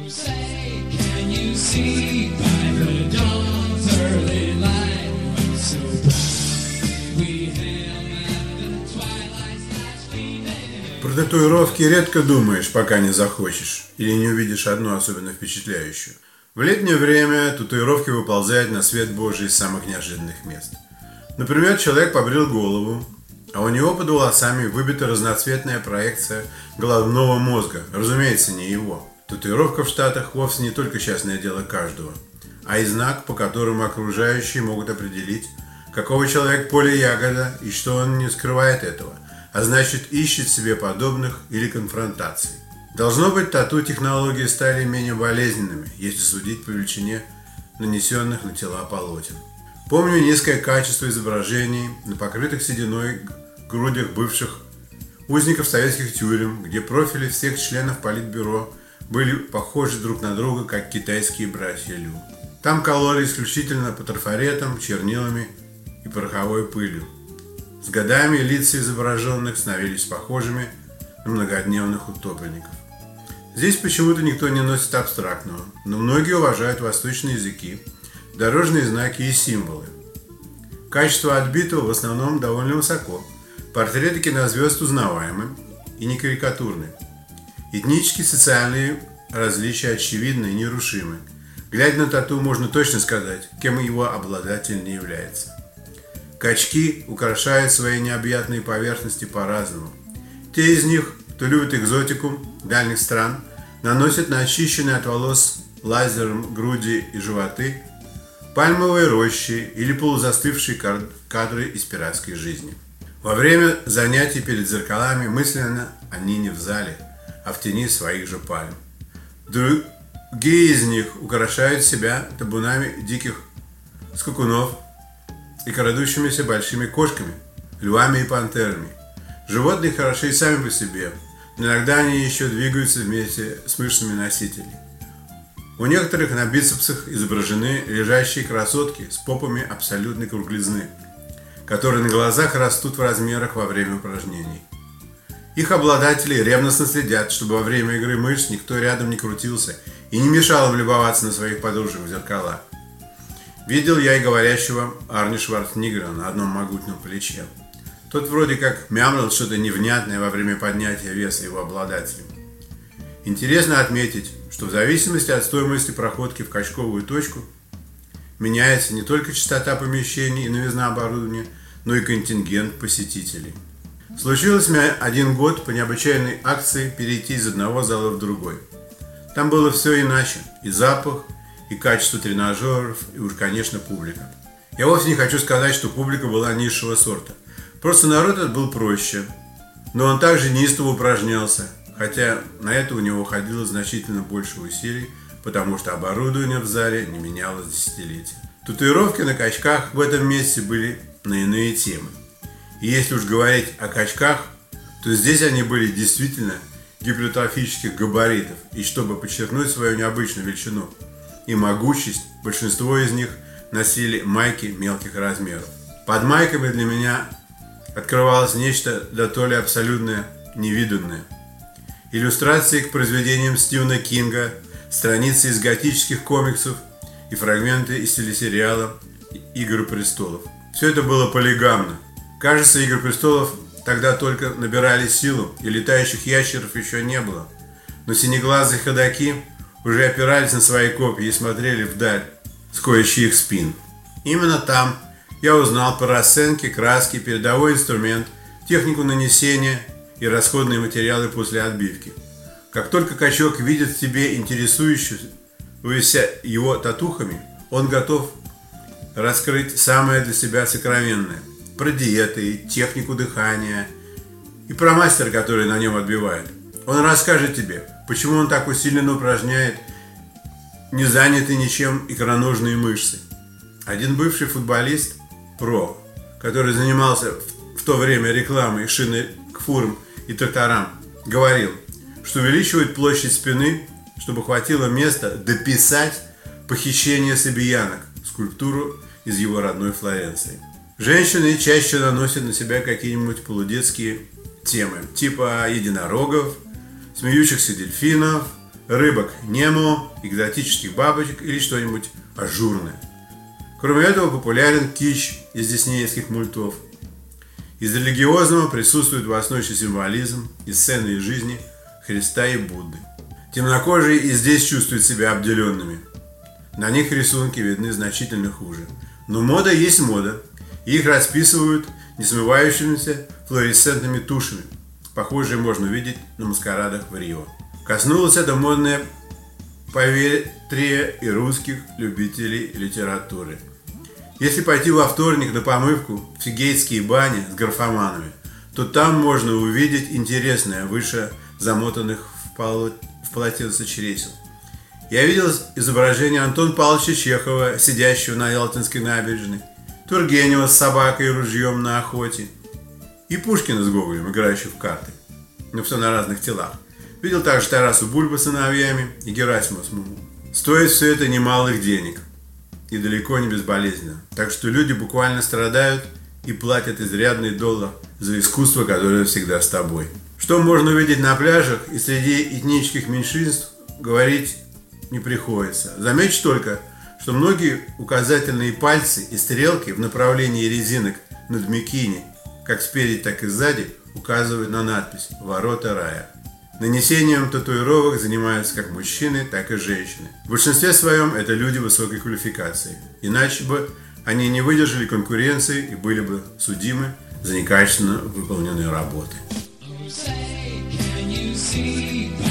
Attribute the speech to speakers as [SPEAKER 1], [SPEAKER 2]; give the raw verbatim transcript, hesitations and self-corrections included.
[SPEAKER 1] Say, can you see by the dawn's early light, so bright we hail at the twilight's last gleaming?
[SPEAKER 2] Про татуировки редко думаешь, пока не захочешь, или не увидишь одну особенно впечатляющую. В летнее время татуировки выползают на свет Божий из самых неожиданных мест. Например, человек побрил голову, а у него под волосами выбита разноцветная проекция головного мозга, разумеется, не его. Татуировка в Штатах вовсе не только частное дело каждого, а и знак, по которому окружающие могут определить, какого человек поле ягода и что он не скрывает этого, а значит ищет себе подобных или конфронтаций. Должно быть, тату-технологии стали менее болезненными, если судить по величине нанесенных на тела полотен. Помню низкое качество изображений на покрытых сединой грудях бывших узников советских тюрем, где профили всех членов политбюро были похожи друг на друга, как китайские братья Лю. Там кололи исключительно по трафаретам, чернилами и пороховой пылью. С годами лица изображенных становились похожими на многодневных утопленников. Здесь почему-то никто не носит абстрактного, но многие уважают восточные языки, дорожные знаки и символы. Качество отбитого в основном довольно высоко. Портреты кинозвезд узнаваемы и не карикатурны. Этнические, социальные различия очевидны и нерушимы. Глядя на тату, можно точно сказать, кем его обладатель не является. Качки украшают свои необъятные поверхности по-разному. Те из них, кто любит экзотику дальних стран, наносят на очищенные от волос лазером груди и животы пальмовые рощи или полузастывшие кадры из пиратской жизни. Во время занятий перед зеркалами мысленно они не в зале, а в тени своих же пальм. Другие из них украшают себя табунами диких скакунов и крадущимися большими кошками, львами и пантерами. Животные хороши и сами по себе, но иногда они еще двигаются вместе с мышцами носителей. У некоторых на бицепсах изображены лежащие красотки с попами абсолютной круглизны, которые на глазах растут в размерах во время упражнений. Их обладатели ревностно следят, чтобы во время игры мышц никто рядом не крутился и не мешал им любоваться на своих подружек в зеркала. Видел я и говорящего Арни Шварценеггера на одном могутном плече. Тот вроде как мямлил что-то невнятное во время поднятия веса его обладателем. Интересно отметить, что в зависимости от стоимости проходки в качковую точку меняется не только частота помещений и новизна оборудования, но и контингент посетителей. Случилось мне один год по необычайной акции перейти из одного зала в другой. Там было все иначе. И запах, и качество тренажеров, и уж, конечно, публика. Я вовсе не хочу сказать, что публика была низшего сорта. Просто народ этот был проще. Но он также неистово упражнялся, хотя на это у него уходило значительно больше усилий, потому что оборудование в зале не менялось десятилетия. Татуировки на качках в этом месте были на иные темы. И если уж говорить о качках, то здесь они были действительно гипертрофических габаритов, и чтобы подчеркнуть свою необычную величину и могучесть, большинство из них носили майки мелких размеров. Под майками для меня открывалось нечто да то ли абсолютно невиданное. Иллюстрации к произведениям Стивена Кинга, страницы из готических комиксов и фрагменты из телесериала «Игры престолов». Все это было полигамно. Кажется, «Игры престолов» тогда только набирали силу, и летающих ящеров еще не было. Но синеглазые ходаки уже опирались на свои копья и смотрели вдаль с кое-чьих спин. Именно там я узнал про расценки, краски, передовой инструмент, технику нанесения и расходные материалы после отбивки. Как только качок видит в тебе интересующегося его татухами, он готов раскрыть самое для себя сокровенное. Про диеты, технику дыхания и про мастера, который на нем отбивает. Он расскажет тебе, почему он так усиленно упражняет не занятые ничем икроножные мышцы. Один бывший футболист, про, который занимался в то время рекламой шины к фурам и тракторам, говорил, что увеличивает площадь спины, чтобы хватило места дописать «Похищение собиянок», скульптуру из его родной Флоренции. Женщины чаще наносят на себя какие-нибудь полудетские темы, типа единорогов, смеющихся дельфинов, рыбок Немо, экзотических бабочек или что-нибудь ажурное. Кроме этого, популярен кич из диснеевских мультов. Из религиозного присутствует восточный символизм и сцены из жизни Христа и Будды. Темнокожие и здесь чувствуют себя обделенными. На них рисунки видны значительно хуже. Но мода есть мода. Их расписывают несмывающимися флуоресцентными тушами. Похожие можно увидеть на маскарадах в Рио. Коснулось это модное поветрие и русских любителей литературы. Если пойти во вторник на помывку в фигейтские бани с графоманами, то там можно увидеть интересное выше замотанных в, пол... в полотенце чресел. Я видел изображение Антона Павловича Чехова, сидящего на Ялтинской набережной, Тургенева с собакой и ружьем на охоте, и Пушкина с Гоголем, играющих в карты, но все на разных телах. Видел также Тарасу Бульбу с сыновьями и Герасима с Муму. Стоит все это немалых денег и далеко не безболезненно. Так что люди буквально страдают и платят изрядный доллар за искусство, которое всегда с тобой. Что можно увидеть на пляжах и среди этнических меньшинств, говорить не приходится. Замечу только, что многие указательные пальцы и стрелки в направлении резинок над бикини, как спереди, так и сзади, указывают на надпись «Ворота рая». Нанесением татуировок занимаются как мужчины, так и женщины. В большинстве своем это люди высокой квалификации. Иначе бы они не выдержали конкуренции и были бы судимы за некачественно выполненные работы.
[SPEAKER 1] Oh, say, can you see